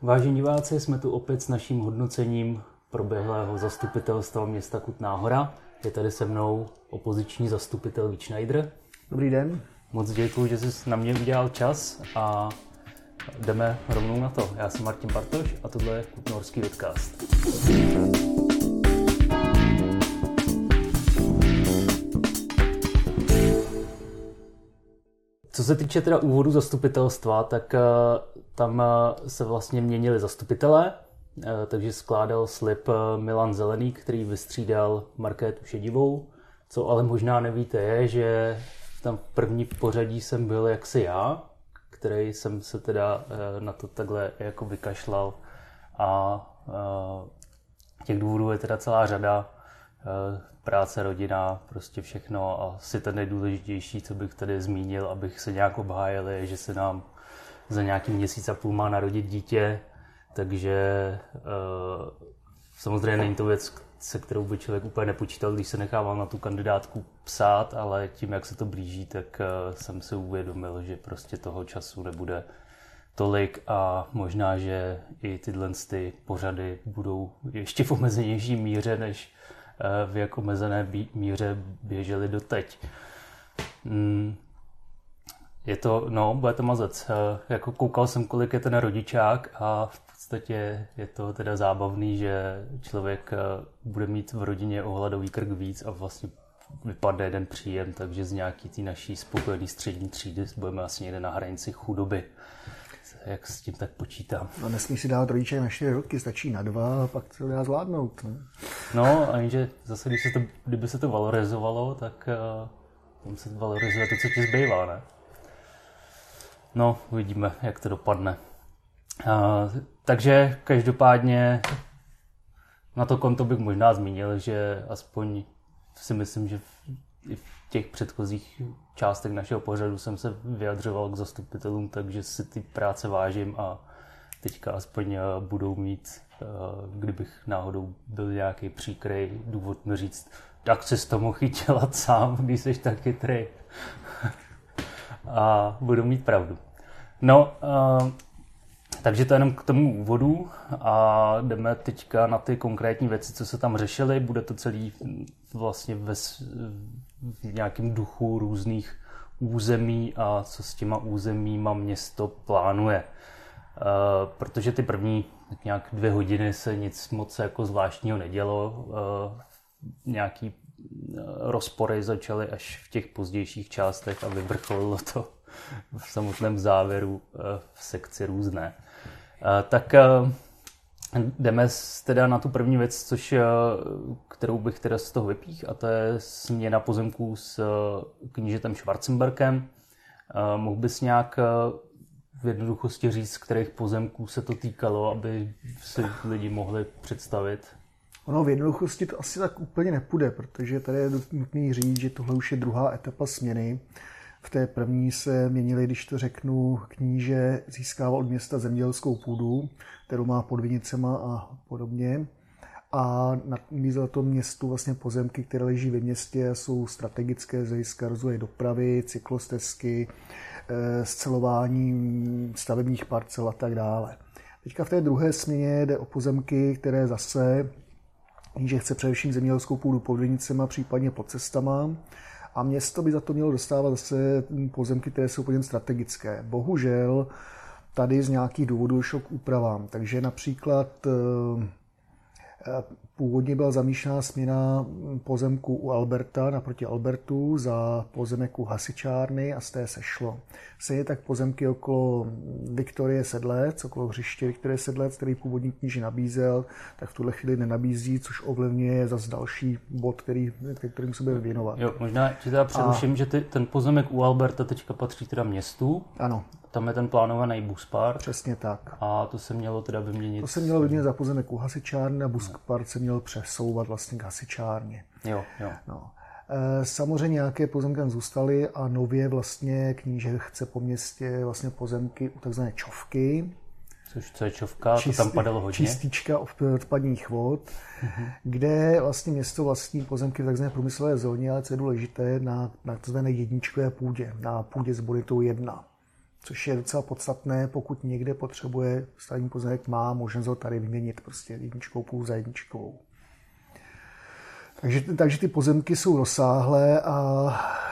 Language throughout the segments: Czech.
Vážení diváci, jsme tu opět s naším hodnocením proběhlého zastupitelstva města Kutná Hora. Je tady se mnou opoziční zastupitel Vít Schneider. Dobrý den. Moc děkuji, že jsi na mě udělal čas a jdeme rovnou na to. Já jsem Martin Bartoš a tohle je Kutnohorský podcast. Co se týče teda úvodu zastupitelstva, tak tam se vlastně měnili zastupitelé, takže skládal slib Milan Zelený, který vystřídal Markétu Šedivou. Co ale možná nevíte je, že tam první v pořadí jsem byl jaksi já, který jsem se teda na to takhle jako vykašlal a těch důvodů je teda celá řada. Práce, rodina, prostě všechno a asi ten nejdůležitější, co bych tady zmínil, abych se nějak obhájil, je, že se nám za nějaký měsíc a půl má narodit dítě, takže samozřejmě není to věc, se kterou by člověk úplně nepočítal, když se nechával na tu kandidátku psát, ale tím, jak se to blíží, tak jsem si uvědomil, že prostě toho času nebude tolik a možná, že i tyhle pořady budou ještě v omezenější míře, než v jak omezené míře běželi doteď. Je to, bude to mazec. Jako koukal jsem, kolik je ten rodičák a v podstatě je to teda zábavný, že člověk bude mít v rodině o hladový krk víc a vlastně vypadne jeden příjem, takže z nějaký té naší spokojené střední třídy budeme asi někde na hranici chudoby. Jak s tím tak počítám. No, nesmí si dát rodiče na 4 roky, stačí na 2 a pak to dá zvládnout. Ne? No, aniže zase, kdyby se to valorizovalo, tak tam se valorizuje to, co ti zbývá, ne? No, uvidíme, jak to dopadne. Takže každopádně na to konto bych možná zmínil, že aspoň si myslím, že i v těch předchozích částech našeho pořadu jsem se vyjadřoval k zastupitelům, takže si ty práce vážím a teďka aspoň budou mít, kdybych náhodou byl nějaký příkrej důvod mi říct, tak jsi to mohl dělat sám, když jsi tak chytrý. A budou mít pravdu. No, takže to jenom k tomu úvodu a jdeme teďka na ty konkrétní věci, co se tam řešily. Bude to celý vlastně v nějakém duchu různých území a co s těma územíma město plánuje. Protože ty první nějak 2 hodiny se nic moc jako zvláštního nedělo. Nějaký rozpory začaly až v těch pozdějších částech a vyvrcholilo to v samotném závěru v sekci různé. Tak jdeme teda na tu první věc, kterou bych teda z toho vypích, a to je směna pozemků s knížetem Schwarzenbergem. Mohl bys nějak v jednoduchosti říct, kterých pozemků se to týkalo, aby si lidi mohli představit? Ono v jednoduchosti to asi tak úplně nepůjde, protože tady je nutný říct, že tohle už je druhá etapa směny. V té první se měnili, když to řeknu, kníže získával od města zemědělskou půdu, kterou má pod vinicema a podobně. A nabízel to městu vlastně pozemky, které leží ve městě a jsou strategické z hlediska rozvoje dopravy, cyklostezky, scelování stavebních parcel a tak dále. Teďka v té druhé směně jde o pozemky, které zase kníže chce především zemědělskou půdu pod vinicema, případně pod cestama. A město by za to mělo dostávat zase pozemky, které jsou pod strategické. Bohužel tady z nějakých důvodů došlo k úpravám. Takže například původně byla zamýšlená směna pozemku u Alberta, naproti Albertu, za pozemek u hasičárny a z té se šlo. Stejně tak pozemky okolo Viktorie Sedlec, okolo hřiště Viktorie Sedlec, který původní kníže nabízel, tak v tuhle chvíli nenabízí, což ovlivňuje zase další bod, kterým se bude věnovat. Jo, možná ti teda přeruším, že ten pozemek u Alberta teďka patří teda městu. Ano. Tam je ten plánovaný buspark. Přesně tak. A to se mělo teda vyměnit. To se mělo vyměnit za pozemek u hasičárny a buspark se měl přesouvat vlastně k hasičárně. Jo. No. Samozřejmě nějaké pozemky tam zůstaly a nově vlastně kníže chce po městě vlastně pozemky u takzvané čovky. Co je čovka? To tam padalo hodně. Čistička odpadních vod, kde vlastně město vlastní pozemky v takzvané průmyslové zóně, ale co je důležité, na takzvané jedničkové půdě, na půdě s bonitou 1. což je docela podstatné, pokud někde potřebuje stavební pozemek, má možnost ho tady vyměnit prostě 1 za 1. Takže ty pozemky jsou rozsáhlé a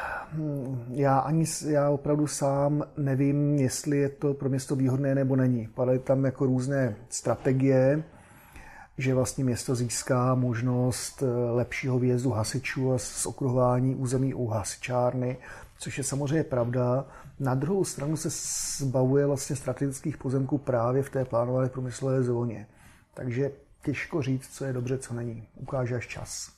já opravdu sám nevím, jestli je to pro město výhodné nebo není. Padaly tam jako různé strategie, že vlastně město získá možnost lepšího výjezdu hasičů a zokruhování území u hasičárny, což je samozřejmě pravda. Na druhou stranu se zbavuje vlastně strategických pozemků právě v té plánované průmyslové zóně. Takže těžko říct, co je dobře, co není. Ukáže až čas.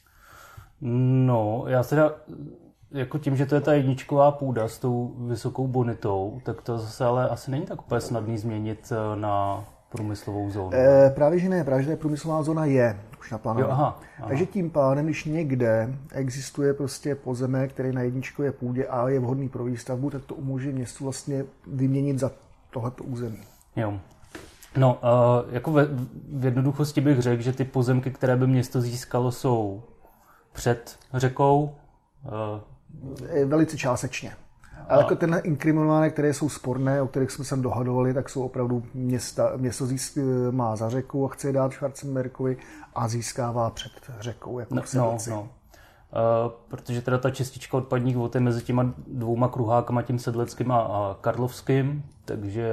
No, já teda jako tím, že to je ta 1 půda s tou vysokou bonitou, tak to zase ale asi není tak úplně snadný změnit na průmyslovou zónu. Právě že ne, právě že průmyslová zóna je už naplánovaná. Aha. Takže tím pádem, když někde existuje prostě pozemek, který na 1 půdě a je vhodný pro výstavbu, tak to umožní městu vlastně vyměnit za tohleto území. Jo. No, jako v jednoduchosti bych řekl, že ty pozemky, které by město získalo, jsou před řekou. Velice částečně. Ale jako ten inkriminované, které jsou sporné, o kterých jsme se dohadovali, tak jsou opravdu město má za řeku a chce je dát Schwarzenbergovi a získává před řekou. Jako protože teda ta čistička odpadních vod je mezi těma 2 kruhákama, tím Sedleckým a Karlovským, takže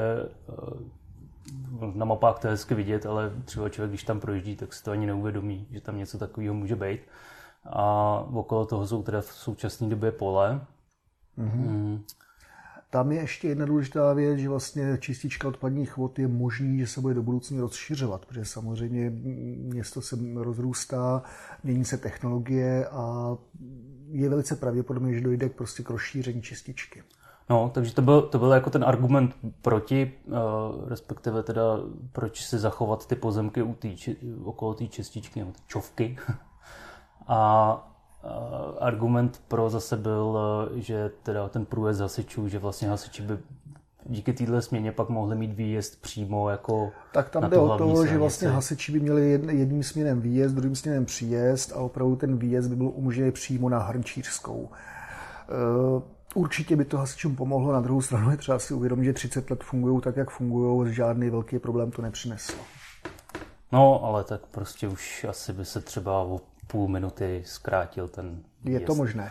na mapách to je hezky vidět, ale třeba člověk, když tam projíždí, tak si to ani neuvědomí, že tam něco takového může být. A okolo toho jsou teda v současné době pole. Mm-hmm. Tam je ještě jedna důležitá věc, že vlastně čistička odpadních vod je možný, že se bude do budoucna rozšiřovat, protože samozřejmě město se rozrůstá, mění se technologie a je velice pravděpodobné, že dojde k rozšíření čističky. No, takže to byl jako ten argument proti, respektive teda proč si zachovat ty pozemky okolo té čističky, nebo ty čovky. A argument pro zase byl, že teda ten průjezd hasičů, že vlastně hasiči by díky téhle směně pak mohli mít výjezd přímo jako tak tam na jde o to, silnici. že vlastně hasiči by měli jedním směrem výjezd, druhým směrem příjezd a opravdu ten výjezd by byl umožněný přímo na Hrnčířskou. Určitě by to hasičům pomohlo, na druhou stranu je třeba si uvědomit, že 30 let fungují tak, jak fungují, žádný velký problém to nepřineslo. No, ale tak prostě už asi by se třeba o půl minuty zkrátil ten výjezd. Je to možné.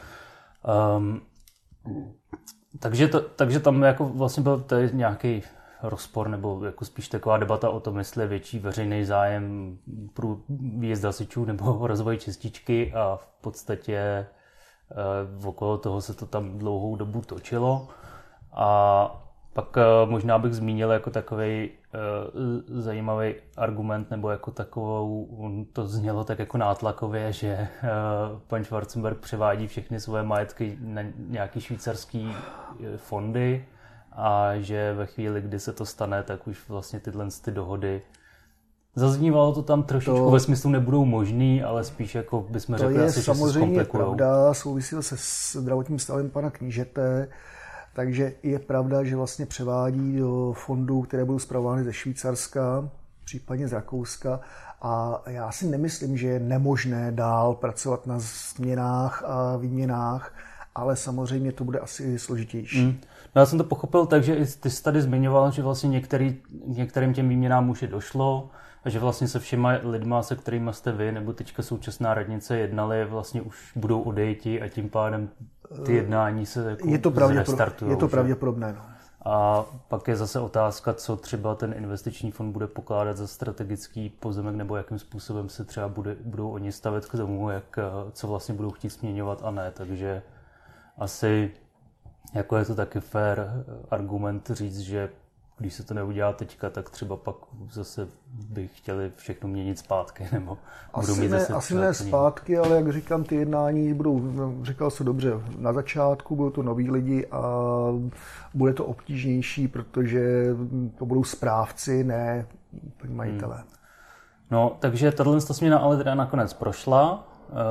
Takže tam jako vlastně byl tady nějaký rozpor, nebo jako spíš taková debata o tom, jestli je větší veřejný zájem pro výjezd hasičů nebo rozvoj čističky a v podstatě okolo toho se to tam dlouhou dobu točilo. A pak možná bych zmínil jako takový zajímavý argument, nebo jako takovou, to znělo tak jako nátlakově, že pan Schwarzenberg převádí všechny svoje majetky na nějaký švýcarský fondy a že ve chvíli, kdy se to stane, tak už vlastně tyhle ty dohody zaznívalo to tam trošičku ve smyslu nebudou možný, ale spíš jako bychom řekli asi, že se zkomplikujou. To je samozřejmě pravda, souvisí se s zdravotním stavem pana knížete, takže je pravda, že vlastně převádí do fondů, které budou spravovány ze Švýcarska, případně z Rakouska. A já si nemyslím, že je nemožné dál pracovat na změnách a výměnách, ale samozřejmě to bude asi složitější. No já jsem to pochopil tak, že ty jsi tady zmiňoval, že vlastně některým těm výměnám už je došlo a že vlastně se všema lidma, se kterými jste vy nebo teďka současná radnice jednali, vlastně už budou odejti a tím pádem ty jednání se jako restartujou. Je to pravděpodobné. No. A pak je zase otázka, co třeba ten investiční fond bude pokládat za strategický pozemek, nebo jakým způsobem se třeba budou oni stavět k tomu, co vlastně budou chtít směňovat a ne. Takže asi jako je to taky fair argument říct, že když se to neudělá teďka, tak třeba pak zase by chtěli všechno měnit zpátky, nebo budou mít zase asi ne zpátky, ale jak říkám, ty jednání budou, říkal se dobře, na začátku budou to noví lidi a bude to obtížnější, protože to budou správci, ne majitelé. No, takže tato směna ale teda nakonec prošla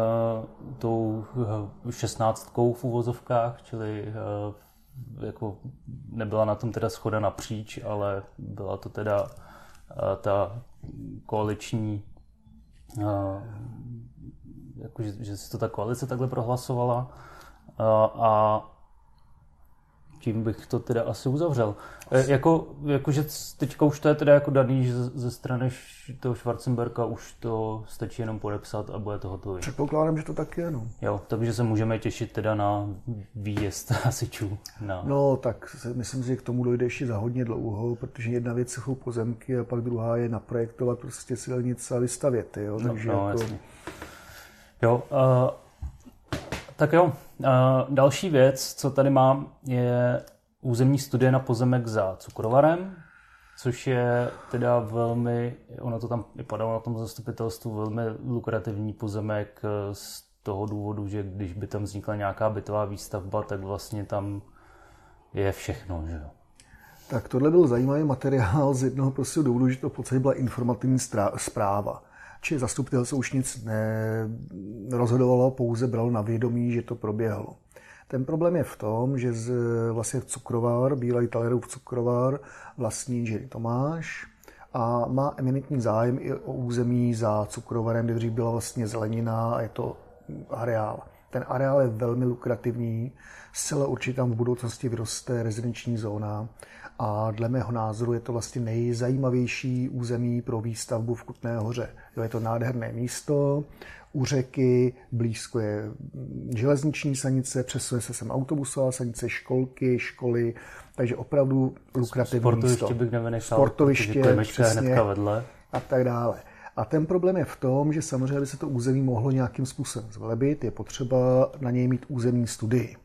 tou 16 v uvozovkách, čili jako nebyla na tom teda shoda napříč, ale byla to teda ta koaliční, jako, že si to ta koalice takhle prohlasovala a tím bych to teda asi uzavřel. Jakože teďka už to je teda jako daný, že ze strany toho Schwarzenberga už to stačí jenom podepsat a bude to hotový. Předpokládám, že to tak je, no. Jo, takže se můžeme těšit teda na výjezd hasičů. No, tak myslím si, že k tomu dojde ještě za hodně dlouho, protože jedna věc jsou pozemky a pak druhá je naprojektovat prostě silnice a vystavět, jo. Takže no, jako... jasně. Jo, tak jo. Další věc, co tady mám, je územní studie na pozemek za cukrovarem, což je teda velmi, ono to tam vypadalo na tom zastupitelstvu, velmi lukrativní pozemek z toho důvodu, že když by tam vznikla nějaká bytová výstavba, tak vlastně tam je všechno, že jo. Tak tohle byl zajímavý materiál z jednoho prostě důvodu, že to v podstatě byla informativní zpráva. Či zastupitelstvo už nic nerozhodovalo, pouze bralo na vědomí, že to proběhlo. Ten problém je v tom, že vlastně cukrovar, bývalý Tallerův cukrovar, vlastní inženýr Tomáš a má eminentní zájem i o území za cukrovarem, kde dřív byla vlastně zelenina a je to areál. Ten areál je velmi lukrativní, zcela určitě tam v budoucnosti vyroste rezidenční zóna a dle mého názoru je to vlastně nejzajímavější území pro výstavbu v Kutné Hoře. Jo, je to nádherné místo, u řeky, blízko je železniční stanice, přesuje se sem autobusová stanice, školky, školy, takže opravdu lukrativní místo. Sportoviště bych nevynechal, sportoviště, přesně, vedle. A tak dále. A ten problém je v tom, že samozřejmě, aby se to území mohlo nějakým způsobem zvelebit, je potřeba na něj mít územní studii.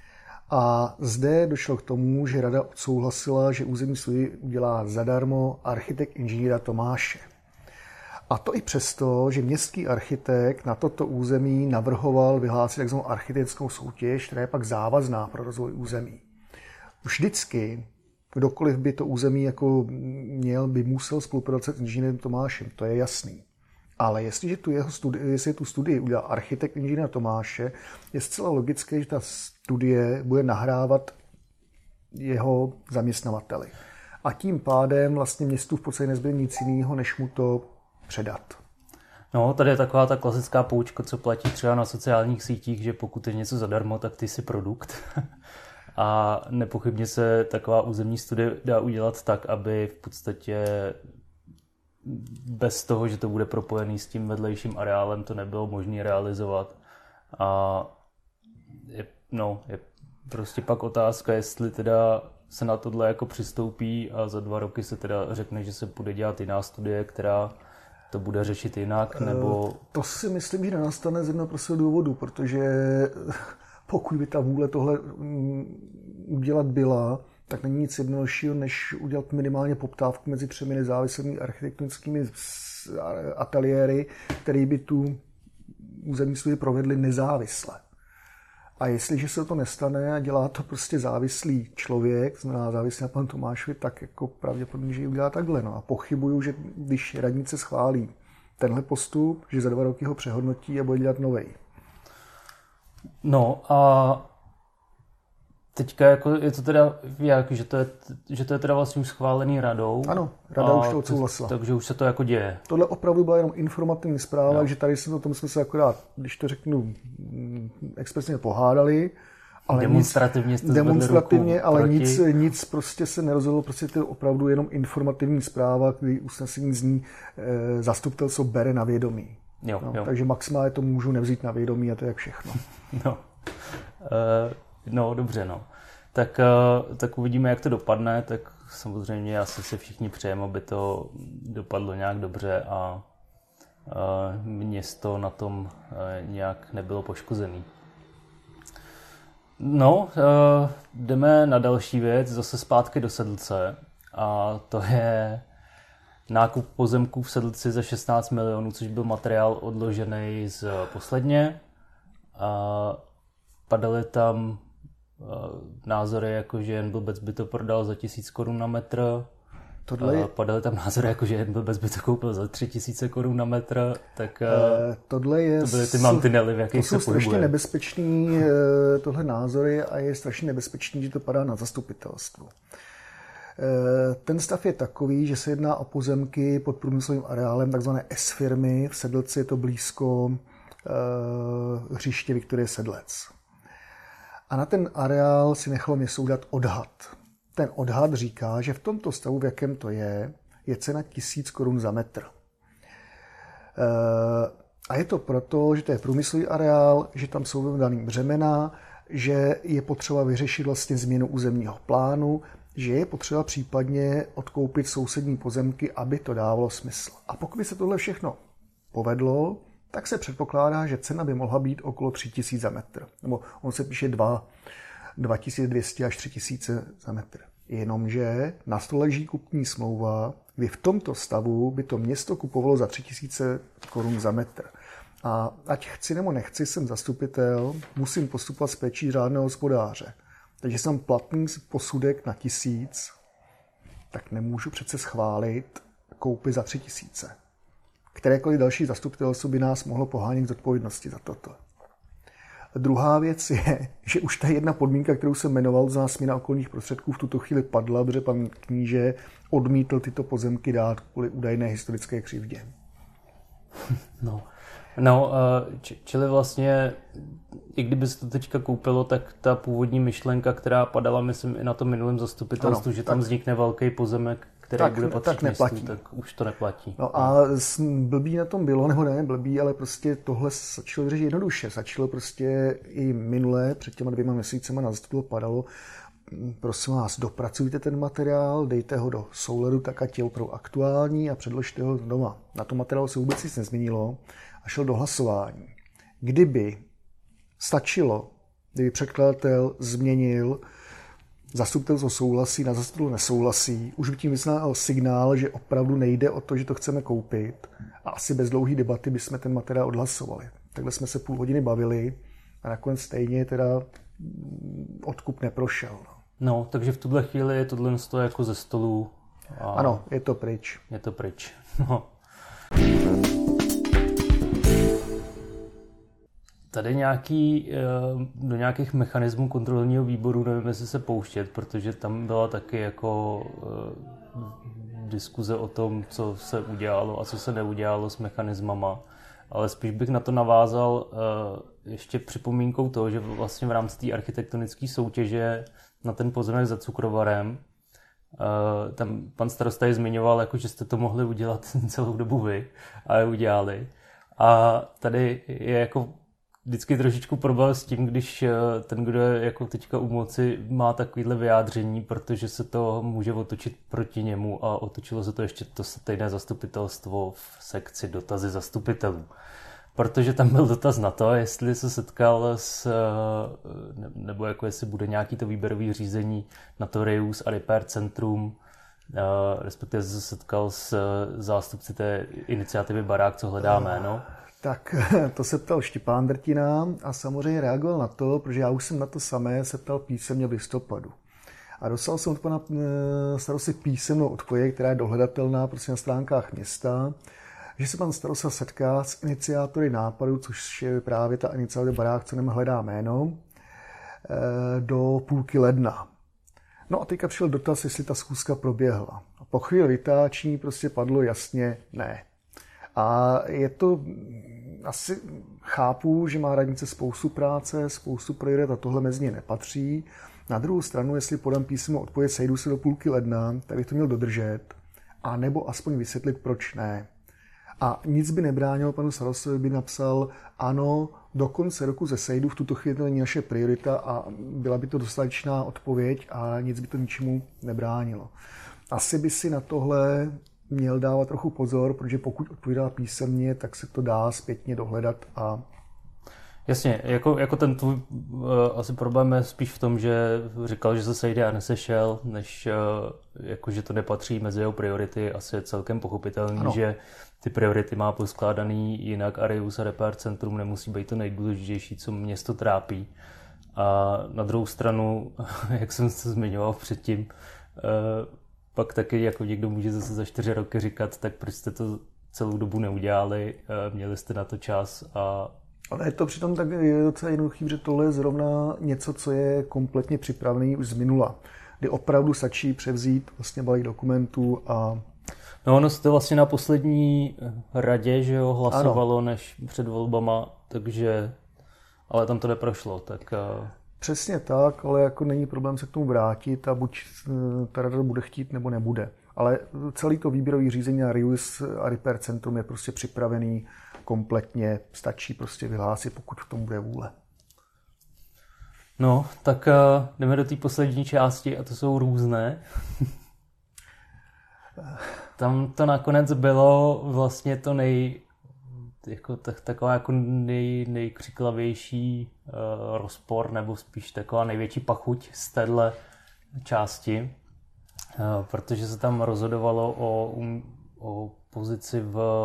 A zde došlo k tomu, že rada odsouhlasila, že územní studii udělá zadarmo architekt inženýra Tomáše. A to i přesto, že městský architekt na toto území navrhoval vyhlásit takzvanou architektskou soutěž, která je pak závazná pro rozvoj území. Vždycky, kdokoliv by to území jako měl, by musel spolupracovat s inženýrem Tomášem, to je jasný. Ale jestliže tu studii udělá architekt inženýra Tomáše, je zcela logické, že ta studie bude nahrávat jeho zaměstnavateli. A tím pádem vlastně městu v podstatě nezbyde nic jiného, než mu to předat. No, tady je taková ta klasická poučka, co platí třeba na sociálních sítích, že pokud je něco zadarmo, tak ty jsi produkt. A nepochybně se taková územní studie dá udělat tak, aby v podstatě bez toho, že to bude propojený s tím vedlejším areálem, to nebylo možné realizovat. A je prostě pak otázka, jestli teda se na tohle jako přistoupí a za 2 roky se teda řekne, že se bude dělat jiná studie, která to bude řešit jinak, nebo... To si myslím, že nenastane z jednoho prostého důvodu, protože pokud by ta vůle tohle udělat byla, tak není nic jednoduššího, než udělat minimálně poptávku mezi 3 nezávislými architektonickými ateliéry, které by tu územní studii provedly nezávisle. A jestliže se to nestane a dělá to prostě závislý člověk, znamená závislý na panu Tomášovi, tak jako pravděpodobně, že ji udělá takhle. No. A pochybuju, že když radnice schválí tenhle postup, že za 2 roky ho přehodnotí a bude dělat novej. No a teďka jako je to teda jak, že to je teda vlastně už schválený radou. Ano, rada už to odsouhlasila. Takže už se to jako děje. Tohle opravdu byla jenom informativní zpráva, takže tady se o tom jsme se akorát, když to řeknu, expresivně pohádali. Ale demonstrativně, ale nic prostě se nerozhodlo, prostě to je opravdu jenom informativní zpráva, kdy usnesení zní zastupitelstvo bere na vědomí. Jo. Takže maximálně to můžu nevzít na vědomí a to je jak všechno. No, dobře, no. Tak uvidíme, jak to dopadne, tak samozřejmě asi si všichni přejeme, aby to dopadlo nějak dobře a město na tom nějak nebylo poškozený. No, jdeme na další věc, zase zpátky do Sedlce a to je nákup pozemků v Sedlci za 16 milionů, což byl materiál odložený z posledně. Padaly tam názory, jako že jen blbec by to prodal za 1000 korun na metr. Padaly tam názory, jako že jen blbec by to koupil za 3000 korun na metr. Tak to byly ty mantinely, v jakých se pohybuje. To jsou strašně nebezpečný tohle názory a je strašně nebezpečný, že to padá na zastupitelstvu. Ten stav je takový, že se jedná o pozemky pod průmyslovým areálem takzvané S-firmy. V Sedlci je to blízko hřiště Viktorie Sedlec. A na ten areál si nechalo město udělat odhad. Ten odhad říká, že v tomto stavu, v jakém to je cena 1000 korun za metr. A je to proto, že to je průmyslový areál, že tam jsou daný břemena, že je potřeba vyřešit vlastně změnu územního plánu, že je potřeba případně odkoupit sousední pozemky, aby to dávalo smysl. A pokud by se tohle všechno povedlo, tak se předpokládá, že cena by mohla být okolo 3000 za metr. Nebo on se píše 2200 až 3000 za metr. Jenomže na stole leží kupní smlouva, kdy v tomto stavu by to město kupovalo za 3000 korun za metr. A ať chci nebo nechci, jsem zastupitel, musím postupovat s péčí řádného hospodáře. Takže jsem platný posudek na 1000, tak nemůžu přece schválit koupy za 3000. Kterékoliv další zastupitelstvo by nás mohlo pohánět k zodpovědnosti za toto. Druhá věc je, že už ta jedna podmínka, kterou jsem jmenoval za směna okolních prostředků, v tuto chvíli padla, protože pan kníže odmítl tyto pozemky dát kvůli údajné historické křivdě. Čili vlastně, i kdyby se to teďka koupilo, tak ta původní myšlenka, která padala, myslím, i na tom minulém zastupitelstvu, že tam vznikne velký pozemek, který bude patřit městu, tak už to neplatí. No a blbý na tom bylo, nebo ne blbý, ale prostě tohle začalo vyřešit jednoduše. Začalo prostě i minulé, před těma 2 měsícema na zastupitelstvu padalo, prosím vás, dopracujte ten materiál, dejte ho do souladu, tak ať je opravdu aktuální a předložte ho doma. Na tom materiálu se vůbec nic nezměnilo a šel do hlasování. Kdyby stačilo, kdyby předkladatel změnil, zastupitelstvo souhlasí, na zastupitelstvo nesouhlasí, už by tím vyslal signál, že opravdu nejde o to, že to chceme koupit a asi bez dlouhé debaty bychom ten materiál odhlasovali. Takhle jsme se půl hodiny bavili a nakonec stejně teda odkup neprošel. No, takže v tuhle chvíli je tohle jako ze stolu. Ano, je to pryč. Je to pryč. No. Tady do nějakých mechanismů kontrolního výboru nevím, jestli se pouštět, protože tam byla taky jako diskuze o tom, co se udělalo a co se neudělalo s mechanismama. Ale spíš bych na to navázal ještě připomínkou toho, že vlastně v rámci té architektonické soutěže na ten pozemek za cukrovarem, tam pan starosta je zmiňoval, jako, že jste to mohli udělat celou dobu vy, ale udělali. A tady je jako vždycky trošičku problém s tím, když ten, kdo je jako teďka u moci, má takovýhle vyjádření, protože se to může otočit proti němu a otočilo se to ještě to stejné zastupitelstvo v sekci dotazy zastupitelů. Protože tam byl dotaz na to, jestli se setkal nebo jako jestli bude nějaký to výběrový řízení na to reuse a repair centrum, respektive se setkal s zástupci té iniciativy Barák, co hledá jméno. Tak to se ptal Štěpán Drtina a samozřejmě reagoval na to, protože já už jsem na to samé se ptal písemně v listopadu. A dostal jsem od pana starosty písemnou odpověď, která je dohledatelná prostě na stránkách města, že se pan starosta setká s iniciátory nápadu, což je právě ta iniciativa Barák, co hledá jméno, do půlky ledna. No a teďka přišel dotaz, jestli ta schůzka proběhla. A po chvíli vytáčení prostě padlo jasně ne. A je to, asi chápu, že má radnice spoustu práce, spoustu priorit a tohle mezi ně nepatří. Na druhou stranu, jestli podám písemnou odpověď, sejdu se do půlky ledna, tak bych to měl dodržet, a nebo aspoň vysvětlit, proč ne. A nic by nebránilo panu starostovi, by napsal, ano, do konce roku se sejdu, v tuto chvíli to není naše priorita a byla by to dostatečná odpověď a nic by to ničemu nebránilo. Asi by si na tohle měl dávat trochu pozor, protože pokud odpovídá písemně, tak se to dá zpětně dohledat a... Jasně, jako ten tvůj asi problém je spíš v tom, že říkal, že se sejde a nesešel, než jako, že to nepatří mezi jeho priority. Asi je celkem pochopitelný, ano, že ty priority má poskládaný jinak a reuse a repair centrum nemusí být to nejdůležitější, co město trápí. A na druhou stranu, jak jsem se zmiňoval předtím, pak taky jako někdo může zase za 4 roky říkat, tak proč jste to celou dobu neudělali, měli jste na to čas a... Ale je to přitom tak je docela jednoduchý, že tohle je zrovna něco, co je kompletně připravený už z minula, kdy opravdu stačí převzít vlastně balík dokumentů a... No ono se to vlastně na poslední radě, že jo, hlasovalo, ano, než před volbama, takže... Ale tam to neprošlo, tak... Přesně tak, ale jako není problém se k tomu vrátit a buď ta rada bude chtít, nebo nebude. Ale celý to výběrový řízení na RIUS a Repair Centrum je prostě připravený kompletně, stačí prostě vyhlásit, pokud v tom bude vůle. No, tak jdeme do té poslední části a to jsou různé. Tam to nakonec bylo vlastně to taková jako nejkřiklavější rozpor, nebo spíš taková největší pachuť z téhle části, protože se tam rozhodovalo o pozici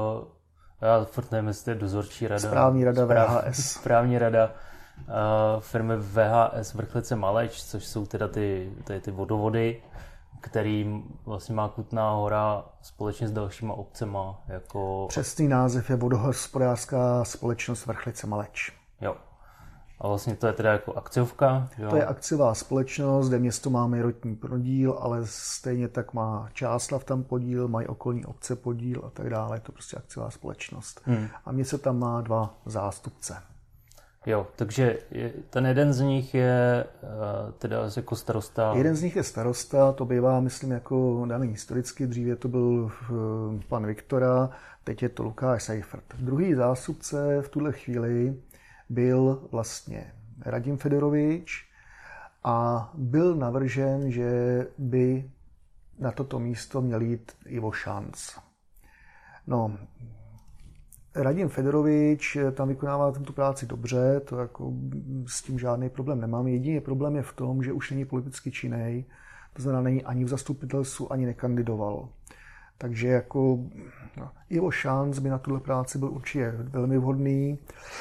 já furt nevím, jestli je dozorčí rada. Správní rada firmy VHS Vrchlice Maleč, což jsou teda ty vodovody, který vlastně má Kutná Hora společně s dalšíma obcema. Jako... Přesný název je Vodohospodářská společnost Vrchlice Maleč. Jo. A vlastně to je teda jako akciovka? Jo? To je akciová společnost, kde město má majoritní podíl, ale stejně tak má Čáslav tam podíl, mají okolní obce podíl a tak dále. Je to prostě akciová společnost. A město tam má 2 zástupce. Jo, takže ten jeden z nich je teda jako starosta. Jeden z nich je starosta, to bývá, myslím, jako daný historicky. Dříve to byl pan Viktora, teď je to Lukáš Seifert. Druhý zástupce v tuhle chvíli byl vlastně Radim Fedorovič a byl navržen, že by na toto místo měl jít Ivo Šanc. No, Radim Fedorovič tam vykonává tu práci dobře, to jako s tím žádný problém nemám. Jediný problém je v tom, že už není politicky činnej, to znamená, není ani v zastupitelstvu, ani nekandidoval. Takže jako Ivo Šanc by na tuhle práci byl určitě velmi vhodný,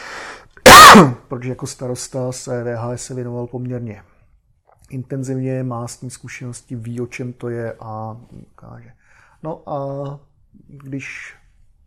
protože jako starosta se VHS se věnoval poměrně intenzivně, má s tím zkušenosti, ví, o čem to je a káže. No a když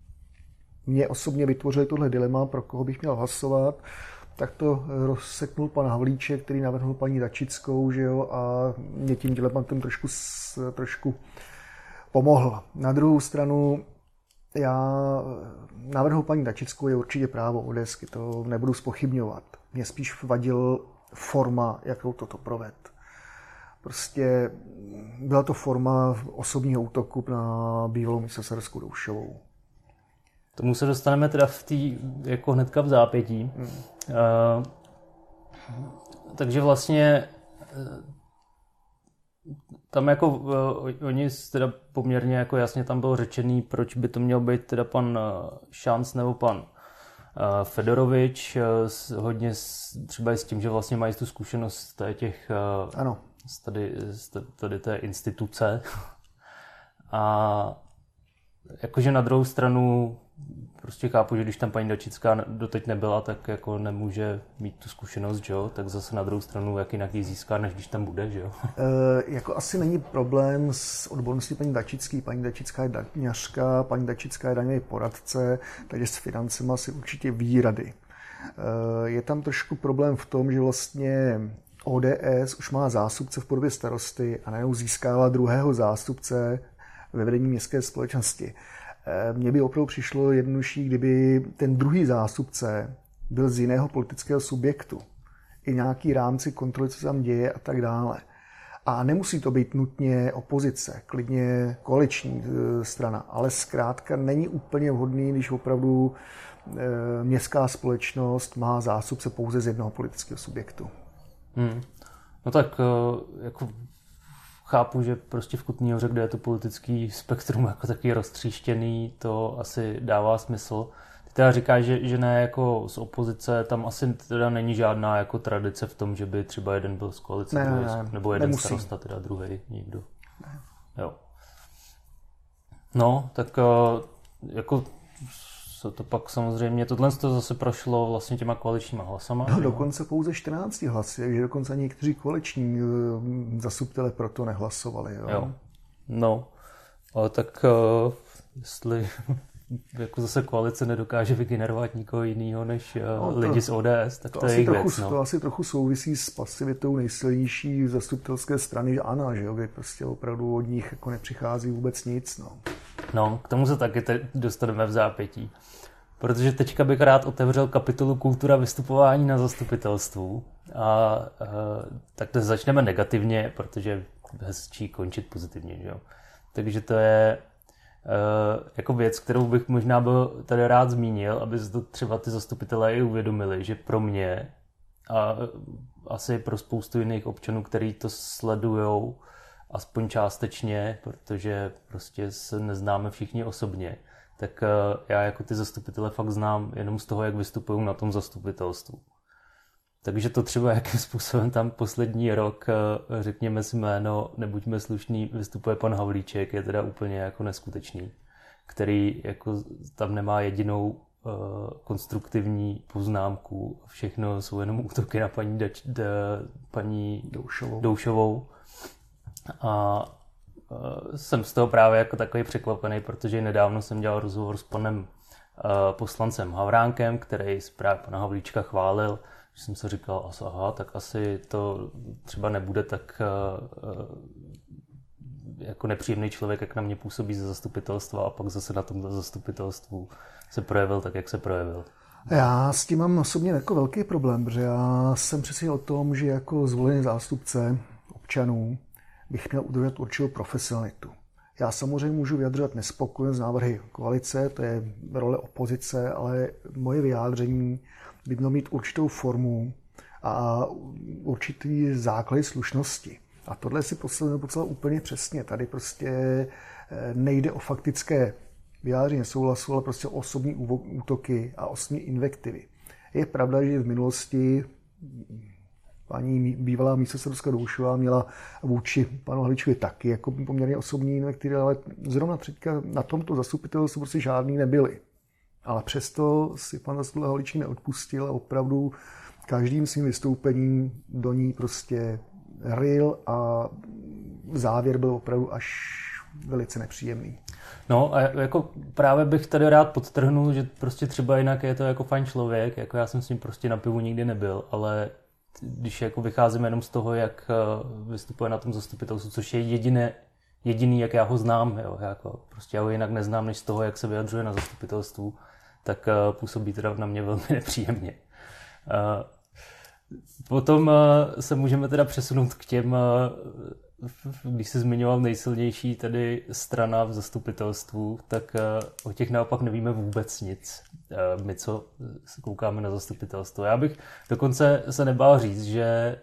mě osobně vytvořili tohle dilema, pro koho bych měl hlasovat, tak to rozseknul pan Havlíček, který navrhl paní Dačickou, že jo, a mě tím dilematem trošku pomohl. Na druhou stranu, já navrhl paní Dačickou je určitě právo ODSky, to nebudu zpochybňovat. Mě spíš vadil forma, jakou toto proved. Prostě byla to forma osobního útoku na bývalou místostarostku Doušovou. Tomu se dostaneme teda jako hnedka v zápětí. Takže vlastně tam jako oni teda poměrně jako jasně tam bylo řečený, proč by to měl být teda pan Šanc nebo pan Fedorovič, hodně třeba i s tím, že vlastně mají tu zkušenost těch ano. Tady té instituce. A jakože na druhou stranu prostě chápu, že když tam paní Dačická doteď nebyla, tak jako nemůže mít tu zkušenost, že jo? Tak zase na druhou stranu, jak jinak ji získá, než když tam bude, že jo? Jako asi není problém s odborností paní Dačický. Paní Dačická je daňařka, paní Dačická je daňový poradce, takže s financema si určitě ví rady. Je tam trošku problém v tom, že vlastně ODS už má zástupce v podobě starosty a najednou získává druhého zástupce ve vedení městské společnosti. Mně by opravdu přišlo jednodušší, kdyby ten druhý zástupce byl z jiného politického subjektu. I nějaký rámci kontroly, co se tam děje a tak dále. A nemusí to být nutně opozice, klidně koaliční strana, ale zkrátka není úplně vhodný, když opravdu městská společnost má zástupce pouze z jednoho politického subjektu. No tak jako chápu, že prostě v Kutný Hoře, kde je to politický spektrum jako taky roztříštěný, to asi dává smysl. Ty teda říkáš, že ne jako z opozice, tam asi teda není žádná jako tradice v tom, že by třeba jeden byl z koalice, nebo jeden nemusí. Starosta, teda druhý někdo. Ne. Jo. No, tak jako to pak samozřejmě, tohle to zase prošlo vlastně těma koaličníma hlasama. No, dokonce pouze 14 hlasy, takže dokonce někteří koaliční zastupitelé proto nehlasovali. Jo? No, ale tak jestli jako zase koalice nedokáže vygenerovat nikoho jiného než lidi z ODS, tak to je jejich věc. To asi trochu souvisí s pasivitou nejsilnější zastupitelské strany ANO, že jo, kdy prostě opravdu od nich jako nepřichází vůbec nic. No, k tomu se taky dostaneme v zápětí. Protože teďka bych rád otevřel kapitolu kultura vystupování na zastupitelstvu. Tak to začneme negativně, protože hezčí končit pozitivně. Že jo? Takže to je jako věc, kterou bych možná byl tady rád zmínil, aby se to třeba ty zastupitelé i uvědomili, že pro mě a asi pro spoustu jiných občanů, kteří to sledujou, aspoň částečně, protože prostě se neznáme všichni osobně, tak já jako ty zastupitele fakt znám jenom z toho, jak vystupují na tom zastupitelstvu. Takže to třeba, jakým způsobem tam poslední rok, řekněme si jméno, nebuďme slušní, vystupuje pan Havlíček, je teda úplně jako neskutečný, který jako tam nemá jedinou konstruktivní poznámku, všechno jsou jenom útoky na paní Doušovou. A jsem z toho právě jako takový překvapený, protože nedávno jsem dělal rozhovor s panem poslancem Havránkem, který právě pana Havlíčka chválil, že jsem si říkal, aha, tak asi to třeba nebude tak jako nepříjemný člověk, jak na mě působí ze zastupitelstva, a pak zase na tomto zastupitelstvu se projevil tak, jak se projevil. Já s tím mám osobně jako velký problém, protože já jsem přesvědčen o tom, že jako zvolený zástupce občanů bych měl udržet určitou profesionalitu. Já samozřejmě můžu vyjadřovat nespokojenost z návrhy koalice, to je role opozice, ale moje vyjádření by mělo mít určitou formu a určitý základ slušnosti. A tohle si popsal úplně přesně. Tady prostě nejde o faktické vyjádření nesouhlasu, ale prostě o osobní útoky a osobní invektivy. Je pravda, že v minulosti paní bývalá místostarostka Doušová měla vůči panu Havlíčkovi taky jako poměrně osobní invektivy, ale zrovna teďka na tomto zastupitelstvu prostě žádný nebyly. Ale přesto si pan zastupitel Havlíček neodpustil a opravdu každým svým vystoupením do ní prostě ryl a závěr byl opravdu až velice nepříjemný. No a jako právě bych tady rád podtrhnul, že prostě třeba jinak je to jako fajn člověk, jako já jsem s ním prostě na pivu nikdy nebyl, ale když jako vycházím jenom z toho, jak vystupuje na tom zastupitelstvu, což je jediný, jak já ho znám, jo, jako prostě já ho jinak neznám, než z toho, jak se vyjadřuje na zastupitelstvu, tak působí teda na mě velmi nepříjemně. Potom se můžeme teda přesunout k těm, když se zmiňoval nejsilnější tady strana v zastupitelstvu, tak o těch naopak nevíme vůbec nic. My, co se koukáme na zastupitelstvo. Já bych dokonce se nebál říct, že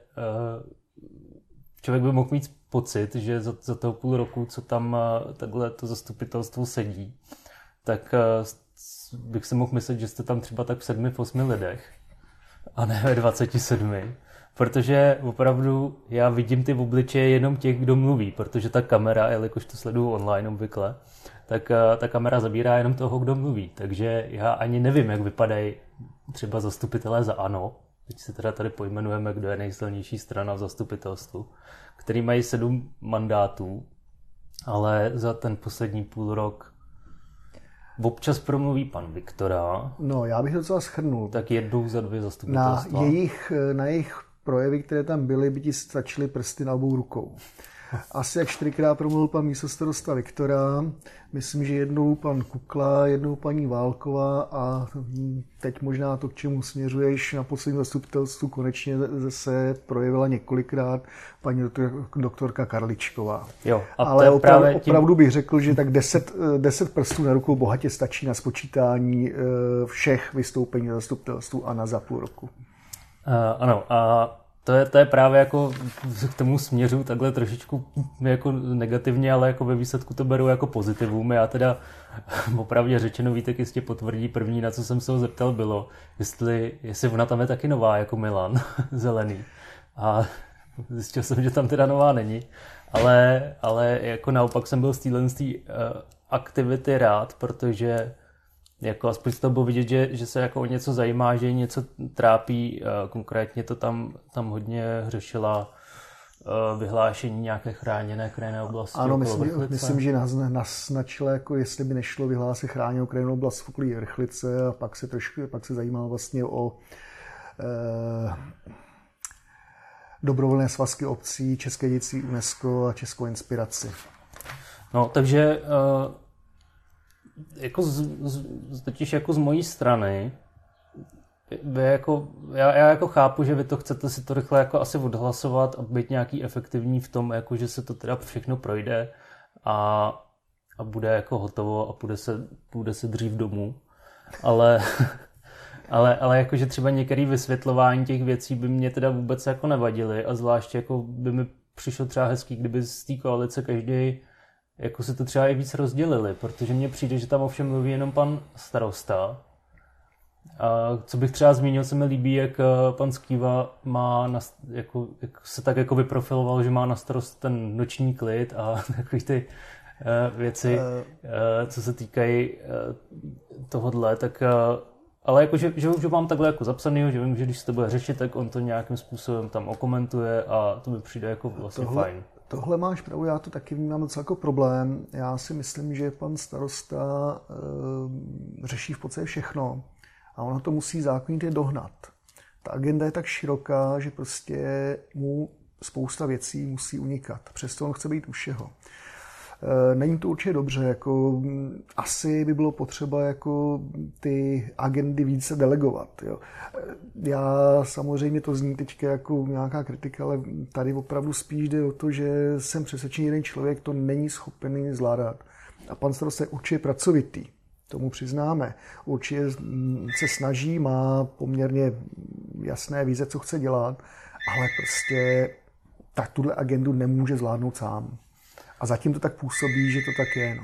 člověk by mohl mít pocit, že za toho půl roku, co tam takhle to zastupitelstvo sedí, tak bych si mohl myslet, že jste tam třeba tak v 7-8 lidech a ne ve 27. Protože opravdu já vidím ty obličeje jenom těch, kdo mluví, protože ta kamera, jelikož to sleduju online obvykle, tak ta kamera zabírá jenom toho, kdo mluví. Takže já ani nevím, jak vypadají třeba zastupitelé za ANO. Teď si teda tady pojmenujeme, kdo je nejsilnější strana v zastupitelstvu, který mají 7 mandátů, ale za ten poslední půl rok občas promluví pan Viktora. No, já bych to docela shrnul. Tak jednou za 2 zastupitelstva. Na jejich projevy, které tam byly, by ti stačily prsty na obou rukou. Asi jak 4krát promluvil pan místostarosta Viktora, myslím, že jednou pan Kukla, jednou paní Válková a teď možná to, k čemu směřuješ na posledním zastupitelstvu, konečně se projevila několikrát paní doktorka Karličková. Jo, ale opravdu bych řekl, že tak 10 prstů na rukou bohatě stačí na spočítání všech vystoupení zastupitelstvu a na za půl roku. Ano, a to je právě jako k tomu směřu takhle trošičku jako negativně, ale jako ve výsledku to beru jako pozitivum. Já teda opravdu řečeno Vítek jistě potvrdí, první, na co jsem se ho zeptal, bylo, jestli ona tam je taky nová jako Milan Zelený. A zjistil jsem, že tam teda nová není. Ale jako naopak jsem byl z téhle aktivity rád, protože jako aspoň z toho bylo vidět, že se jako o něco zajímá, že něco trápí. Konkrétně to tam hodně řešila vyhlášení nějaké chráněné krajinné oblasti. Ano, myslím, že naznačila, jako jestli by nešlo vyhlásit chráněnou krajinnou oblast v okolí Rychlice, a pak se zajímal vlastně o dobrovolné svazky obcí, České dědictví UNESCO a Českou inspiraci. No, takže jako totiž jako z mojí strany já jako chápu, že vy to chcete si to rychle jako asi odhlasovat a být nějaký efektivní v tom, jako že se to teda všechno projde a bude jako hotovo a půjde se dřív domů. Ale jakože třeba některé vysvětlování těch věcí by mě teda vůbec jako nevadily a zvláště jako by mi přišlo třeba hezký, kdyby z té koalice každý jako si to třeba i víc rozdělili, protože mně přijde, že tam ovšem mluví jenom pan starosta. A co bych třeba zmínil, se mi líbí, jak pan Skýva má jak se tak jako vyprofiloval, že má na starost ten noční klid a takové ty věci, co se týkají tohodle, tak ale jako, že už mám takhle jako zapsanýho, že vím, že když se to bude řešit, tak on to nějakým způsobem tam okomentuje a to mi přijde jako vlastně fajn. Tohle máš pravdu, já to taky vnímám docela jako problém. Já si myslím, že pan starosta řeší v podstatě všechno a ono to musí zákonitě dohnat. Ta agenda je tak široká, že prostě mu spousta věcí musí unikat. Přesto on chce být u všeho. Není to určitě dobře, jako asi by bylo potřeba jako ty agendy více delegovat. Jo. Já samozřejmě to zní teďka jako nějaká kritika, ale tady opravdu spíš jde o to, že jsem přesvědčený, jeden člověk to není schopen zvládat. A pan starosta je určitě pracovitý, tomu přiznáme. Určitě se snaží, má poměrně jasné vize, co chce dělat, ale prostě tak tuhle agendu nemůže zvládnout sám. A zatím to tak působí, že to tak je.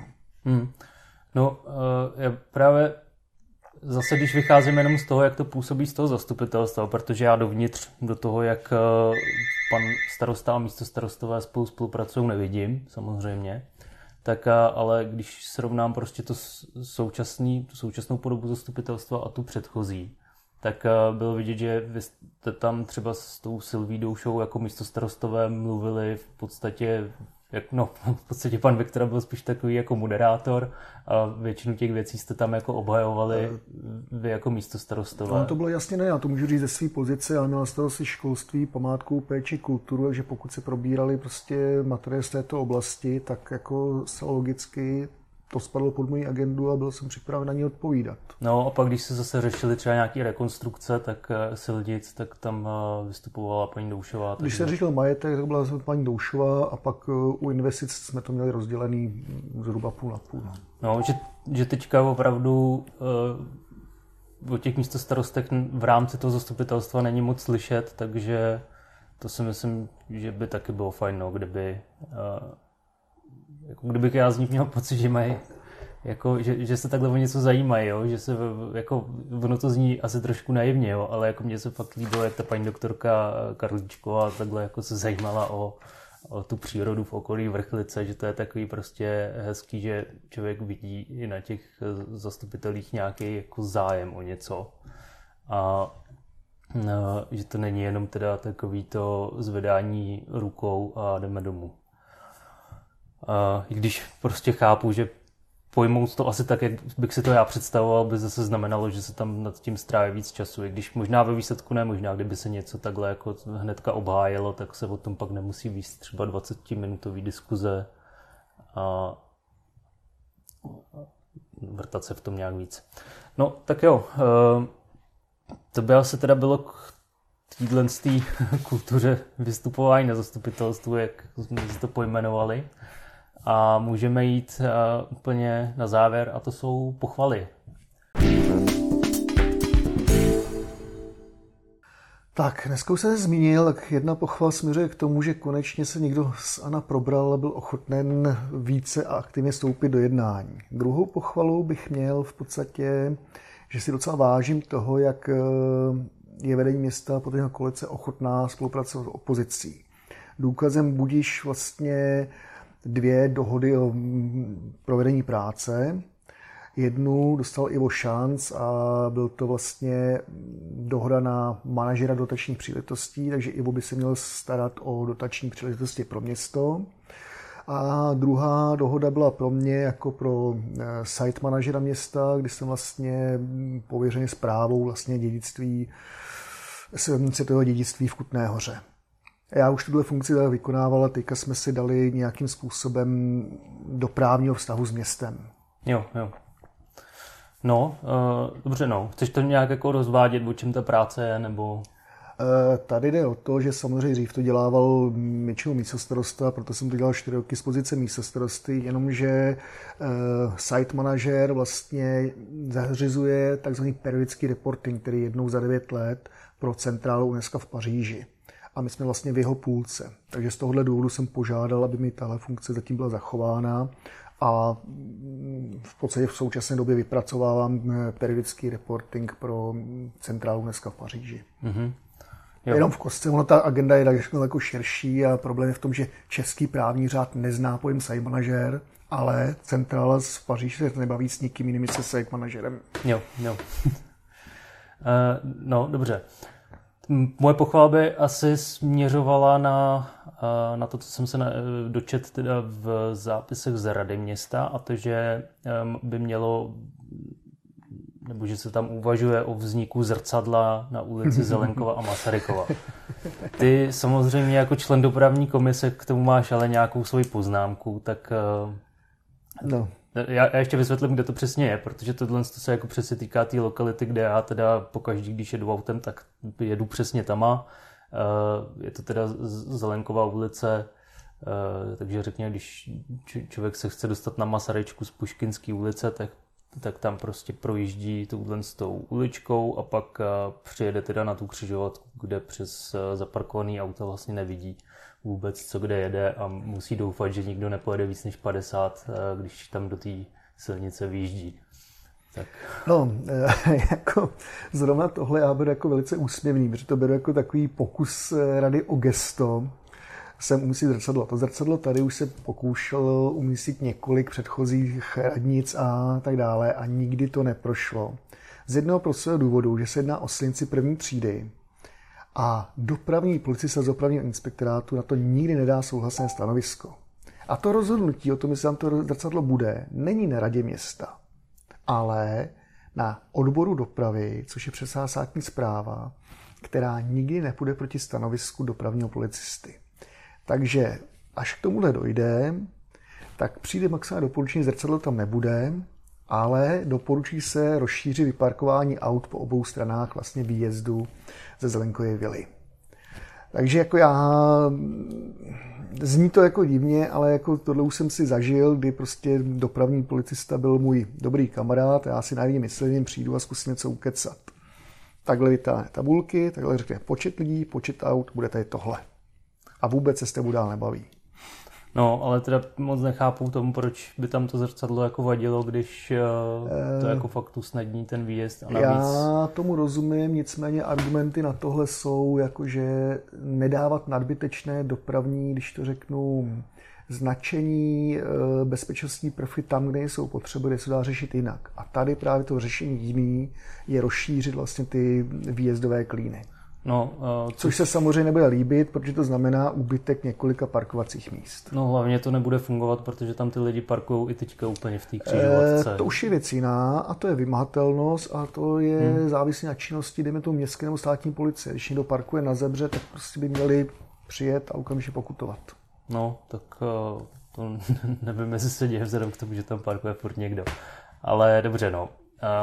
No, já právě zase, když vycházím jenom z toho, jak to působí z toho zastupitelstva, protože já dovnitř do toho, jak pan starosta a místostarostové spolupracují, nevidím, samozřejmě. Tak ale když srovnám prostě tu současnou podobu zastupitelstva a tu předchozí, tak bylo vidět, že vy jste tam třeba s tou Sylví Doušou jako místostarostové mluvili v podstatě v podstatě pan Viktor byl spíš takový jako moderátor a většinu těch věcí jste tam jako obhajovali vy jako místostarostové. No, to bylo jasně ne, já to můžu říct ze své pozice, ale měla starosti školství, památku, péči, kulturu, takže pokud se probírali prostě materiály z této oblasti, tak jako logicky to spadlo pod moji agendu a byl jsem připraven na ní odpovídat. No a pak, když se zase řešili třeba nějaké rekonstrukce, tak silnic, tak tam vystupovala paní Doušová. Když se řešil majetek, tak byla paní Doušová a pak u investic jsme to měli rozdělený zhruba půl na půl. No, že teďka opravdu o těch místostarostech v rámci toho zastupitelstva není moc slyšet, takže to si myslím, že by taky bylo fajn, no, kdybych já z nich měl pocit, že mají jako, že se takhle o něco zajímají, jo? Že se jako, ono to zní asi trošku naivně, jo? Ale jako mně se fakt líbilo, jak ta paní doktorka Karličková takhle jako se zajímala o tu přírodu v okolí Vrchlice, že to je takový prostě hezký, že člověk vidí i na těch zastupitelích nějaký jako zájem o něco a že to není jenom teda takový to zvedání rukou a jdeme domů. I když prostě chápu, že pojmout to asi tak, jak bych si to já představoval, by zase znamenalo, že se tam nad tím stráví víc času. I když možná ve výsledku ne, možná kdyby se něco takhle jako hnedka obhájilo, tak se o tom pak nemusí víc třeba 20-minutový diskuze a vrtat se v tom nějak víc. No, tak jo, to by asi teda bylo k téhle kultuře vystupování na zastupitelstvu, jak jsme si to pojmenovali. A můžeme jít úplně na závěr a to jsou pochvaly. Tak, dneska už jsem se zmínil, tak jedna pochvala směřuje k tomu, že konečně se někdo z ANA probral a byl ochoten více a aktivně vstoupit do jednání. Druhou pochvalu bych měl v podstatě, že si docela vážím toho, jak je vedení města pod jeho koalice ochotná spolupracovat s opozicí. Důkazem budíš vlastně 2 dohody o provedení práce. Jednu dostal Ivo Šanc a byl to vlastně dohoda na manažera dotačních příležitostí, takže Ivo by se měl starat o dotační příležitosti pro město. A druhá dohoda byla pro mě jako pro site manažera města, kdy jsem vlastně pověřený správou vlastně dědictví, světového dědictví v Kutné Hoře. Já už tuhle funkci vykonával a teďka jsme si dali nějakým způsobem do právního vztahu s městem. Jo. No, dobře, no. Chceš to nějak jako rozvádět, o čem ta práce je, nebo... Tady jde o to, že samozřejmě dřív to dělával většinou místostarosta, proto jsem to dělal 4 roky z pozice místostarosty, jenomže site manažer vlastně zařizuje takzvaný periodický reporting, který jednou za 9 let pro centrálu UNESCO v Paříži. A my jsme vlastně v jeho půlce. Takže z tohohle důvodu jsem požádal, aby mi tahle funkce zatím byla zachována a v podstatě v současné době vypracovávám periodický reporting pro centrálu UNESCO v Paříži. Mm-hmm. Jenom v kostce, ono ta agenda je tak jako širší a problém je v tom, že český právní řád nezná pojem site manažer, ale centrála z Paříže se nebaví s nikým jiným se site manažerem. Jo. No, dobře. Moje pochvala by asi směřovala na to, co jsem se dočet teda v zápisech z Rady města, a to, že by mělo, nebo že se tam uvažuje o vzniku zrcadla na ulici Zelenkova a Masarykova. Ty samozřejmě jako člen dopravní komise k tomu máš ale nějakou svoji poznámku, tak no. Já ještě vysvětlím, kde to přesně je, protože tohle se jako přesně týká té lokality, kde já teda pokaždý, když jedu autem, tak jedu přesně tama. Je to teda Zelenková ulice, takže řekněme, když člověk se chce dostat na Masaryčku z Puškinské ulice, tak tam prostě projíždí touhle s tou uličkou a pak přijede teda na tu křižovatku, kde přes zaparkovaný auto vlastně nevidí vůbec, co kde jede, a musí doufat, že nikdo nepojede víc než 50, když tam do té silnice vyjíždí. Tak. No, jako zrovna tohle já beru jako velice úsměvný, protože to beru jako takový pokus rady o gesto. Jsem umístit zrcadlo. To zrcadlo tady už se pokoušel umístit několik předchozích radnic a tak dále a nikdy to neprošlo. Z jednoho prostého důvodu, že se jedná o silnici první třídy a dopravní policista z dopravního inspektorátu na to nikdy nedá souhlasné stanovisko. A to rozhodnutí o tom, jestli tam to zrcadlo bude, není na radě města, ale na odboru dopravy, což je přesná státní správa, která nikdy nepůjde proti stanovisku dopravního policisty. Takže až k tomuhle dojde, tak přijde maximálně doporučení, zrcadlo tam nebude, ale doporučí se rozšířit vyparkování aut po obou stranách vlastně výjezdu ze Zelenkovy vily. Takže jako zní to jako divně, ale jako tohle už jsem si zažil, kdy prostě dopravní policista byl můj dobrý kamarád a já si naivně myslel, přijdu a zkusím něco ukecat. Takhle vytáhne tabulky, takhle řekne počet lidí, počet aut, bude tady tohle. A vůbec se s tebou dál nebaví. No, ale teda moc nechápu tomu, proč by tam to zrcadlo jako vadilo, když to jako fakt usnadní ten výjezd. A navíc... Já tomu rozumím, nicméně argumenty na tohle jsou, jakože nedávat nadbytečné dopravní, když to řeknu, značení, bezpečnostní prvky tam, kde jsou potřeby, kde se dá řešit jinak. A tady právě to řešení jiný je rozšířit vlastně ty výjezdové klíny. No, což se samozřejmě nebude líbit, protože to znamená úbytek několika parkovacích míst. No hlavně to nebude fungovat, protože tam ty lidi parkují i teďka úplně v té křižovatce. To už je věc jiná a to je vymahatelnost a to je závislé na činnosti, dejme tomu městské nebo státní policie. Když někdo parkuje na zebře, tak prostě by měli přijet a okamžitě pokutovat. No, tak to nevím, jestli se děje vzhledem k tomu, že tam parkuje furt někdo. Ale dobře, no.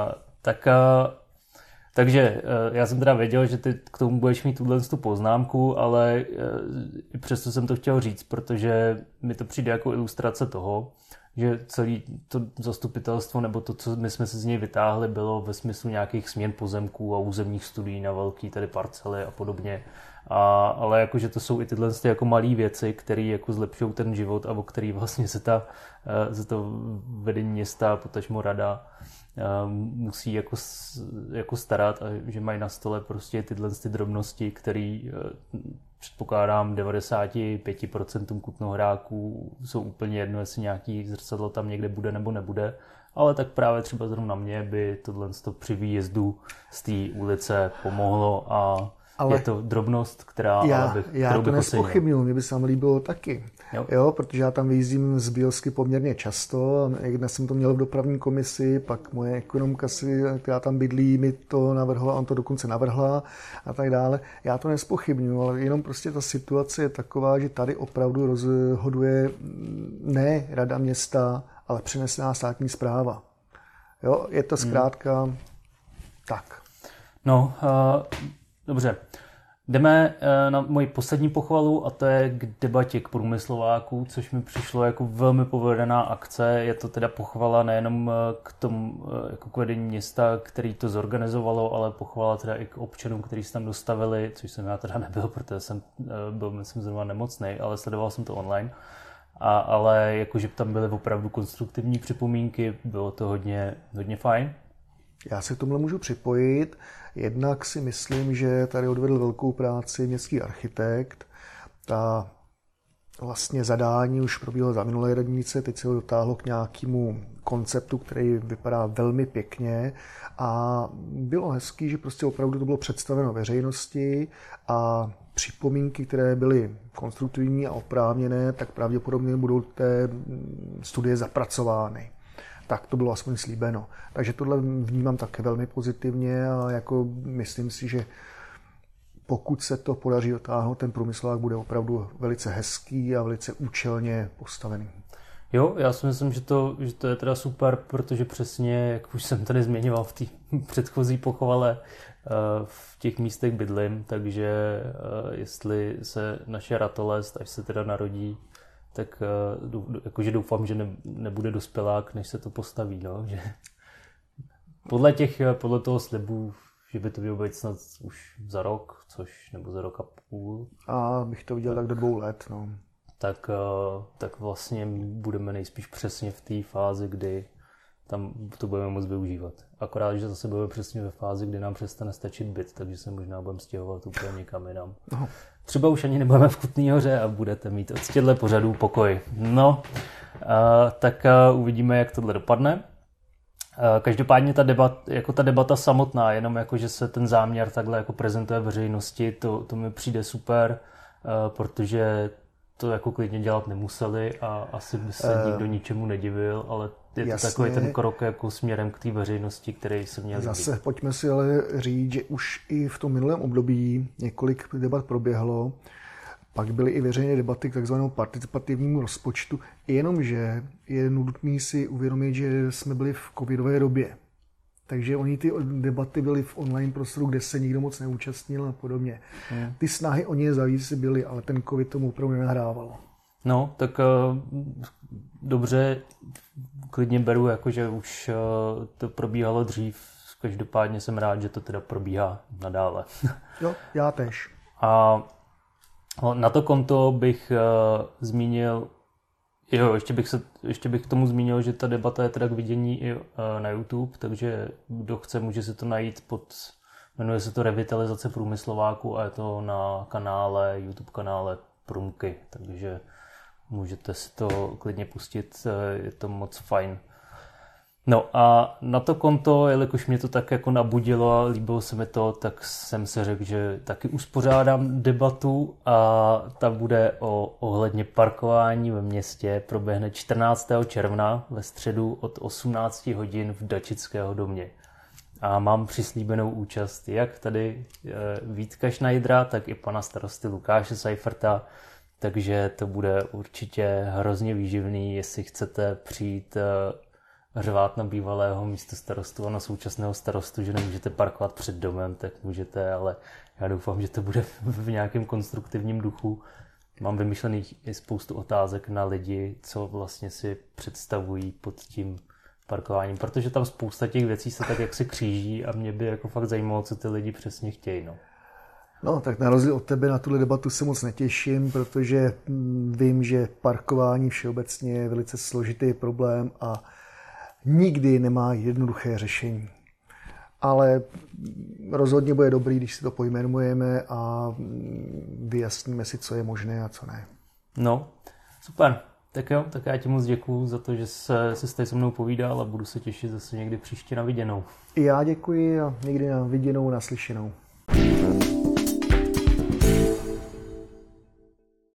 Takže já jsem teda věděl, že ty k tomu budeš mít tu poznámku, ale i přesto jsem to chtěl říct, protože mi to přijde jako ilustrace toho, že celé to zastupitelstvo nebo to, co my jsme se z něj vytáhli, bylo ve smyslu nějakých směn pozemků a územních studií na velké tady parcely a podobně. Ale jakože to jsou i tyhle jako malé věci, které jako zlepšují ten život a o který vlastně se to vedení města, potažmo rada, musí jako starat, a že mají na stole prostě tyhle drobnosti, které předpokládám 95% kutnohráků jsou úplně jedno, jestli nějaký zrcadlo tam někde bude nebo nebude, ale tak právě třeba zrovna mě by tohle při výjezdu z té ulice pomohlo a je to drobnost, kterou bych nezpochybnil, mě by se tam líbilo taky. Jo, protože já tam vyjízdím z Bílsky poměrně často. Dnes jsem to měl v dopravní komisi, pak moje ekonomka, která tam bydlí, mi to navrhla, on to dokonce navrhla a tak dále. Já to nezpochybnuju, ale jenom prostě ta situace je taková, že tady opravdu rozhoduje ne rada města, ale přenesená státní správa. Jo, je to zkrátka tak. No, dobře. Jdeme na moji poslední pochvalu a to je k debatě k průmyslováku, což mi přišlo jako velmi povedená akce. Je to teda pochvala nejenom k tomu, jako k vedení města, který to zorganizovalo, ale pochvala teda i k občanům, kteří se tam dostavili, což jsem já teda nebyl, protože jsem byl, myslím, zrovna nemocnej, ale sledoval jsem to online. Ale jakože tam byly opravdu konstruktivní připomínky, bylo to hodně fajn. Já se k tomuhle můžu připojit. Jednak si myslím, že tady odvedl velkou práci městský architekt. Ta vlastně zadání už probíhalo za minulé radnice, teď se ho dotáhlo k nějakému konceptu, který vypadá velmi pěkně a bylo hezký, že prostě opravdu to bylo představeno veřejnosti a připomínky, které byly konstruktivní a oprávněné, tak pravděpodobně budou té studie zapracovány. Tak to bylo aspoň slíbeno. Takže tohle vnímám také velmi pozitivně a jako myslím si, že pokud se to podaří dotáhnout, ten průmyslovák bude opravdu velice hezký a velice účelně postavený. Jo, já si myslím, že to je teda super, protože přesně, jak už jsem tady zmiňoval v té předchozí pochvale, v těch místech bydlím, takže jestli se naše ratolest, až se teda narodí, tak jakože doufám, že nebude dospělák, než se to postaví. No? Že podle toho slibu, že by to mělo být snad už za rok, nebo za rok a půl. A bych to viděl tak do 2 let. No. Tak vlastně budeme nejspíš přesně v té fázi, kdy tam to budeme moct využívat. Akorát, že zase budeme přesně ve fázi, kdy nám přestane stačit byt, takže se možná budeme stěhovat úplně někam jinam. No. Třeba už ani nebudeme v Kutný Hoře a budete mít od těchto pořadů pokoj. No, tak uvidíme, jak tohle dopadne. Každopádně ta debata samotná, jenom jako, že se ten záměr takhle jako prezentuje veřejnosti, to mi přijde super, protože to jako klidně dělat nemuseli a asi by se nikdo ničemu nedivil, ale je to jasně, takový ten krok jako směrem k té veřejnosti, který se měl zase líbit. Pojďme si ale říct, že už i v tom minulém období několik debat proběhlo, pak byly i veřejné debaty k takzvanému participativnímu rozpočtu, jenomže je nutné si uvědomit, že jsme byli v covidové době. Takže oni ty debaty byly v online prostoru, kde se nikdo moc neúčastnil a podobně. Ty snahy o ně zavíc byly, ale ten covid tomu opravdu nenahrával. No, tak dobře, klidně beru, jako, že už to probíhalo dřív. Každopádně jsem rád, že to teda probíhá nadále. Jo, já tež. A na to konto bych zmínil, ještě bych k tomu zmínil, že ta debata je teda k vidění i na YouTube, takže kdo chce, může si to najít jmenuje se to Revitalizace průmyslováku a je to na YouTube kanále Průmky, takže můžete si to klidně pustit, je to moc fajn. No a na to konto, jelikož mě to tak jako nabudilo a líbilo se mi to, tak jsem se řekl, že taky uspořádám debatu a ta bude ohledně parkování ve městě. Proběhne 14. června ve středu od 18 hodin v Dačického domě. A mám přislíbenou účast jak tady Vítka Schneidera, tak i pana starosty Lukáše Seiferta, takže to bude určitě hrozně výživný, jestli chcete přijít řvát na bývalého místostarostu a na současného starostu, že nemůžete parkovat před domem, tak můžete, ale já doufám, že to bude v nějakém konstruktivním duchu. Mám vymyšlených i spoustu otázek na lidi, co vlastně si představují pod tím parkováním, protože tam spousta těch věcí se tak jak se kříží a mě by jako fakt zajímalo, co ty lidi přesně chtějí. No, tak na rozdíl od tebe na tuhle debatu se moc netěším, protože vím, že parkování všeobecně je velice složitý problém a nikdy nemá jednoduché řešení. Ale rozhodně bude dobrý, když si to pojmenujeme a vyjasníme si, co je možné a co ne. No, super. Tak jo, tak já ti moc děkuju za to, že jsi tady se mnou povídal a budu se těšit zase někdy příště na viděnou. I já děkuji a někdy na viděnou, naslyšenou.